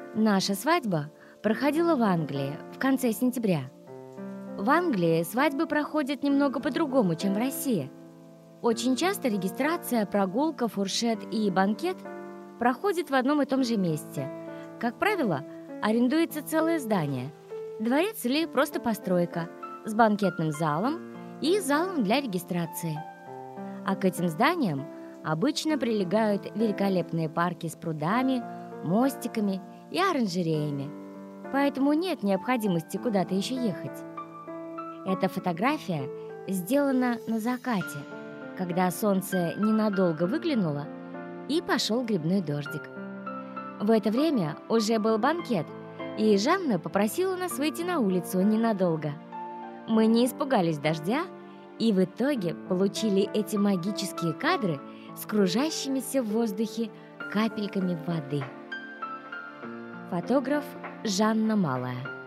Наша свадьба проходила в Англии в конце сентября. В Англии свадьбы проходят немного по-другому, чем в России. Очень часто регистрация, прогулка, фуршет и банкет проходят в одном и том же месте. Как правило, арендуется целое здание, дворец или просто постройка, с банкетным залом и залом для регистрации. А к этим зданиям обычно прилегают великолепные парки с прудами, мостиками и оранжереями, поэтому нет необходимости куда-то еще ехать. Эта фотография сделана на закате, когда солнце ненадолго выглянуло и пошел грибной дождик. В это время уже был банкет, и Жанна попросила нас выйти на улицу ненадолго. Мы не испугались дождя и в итоге получили эти магические кадры с кружащимися в воздухе капельками воды. Фотограф Жанна Малая.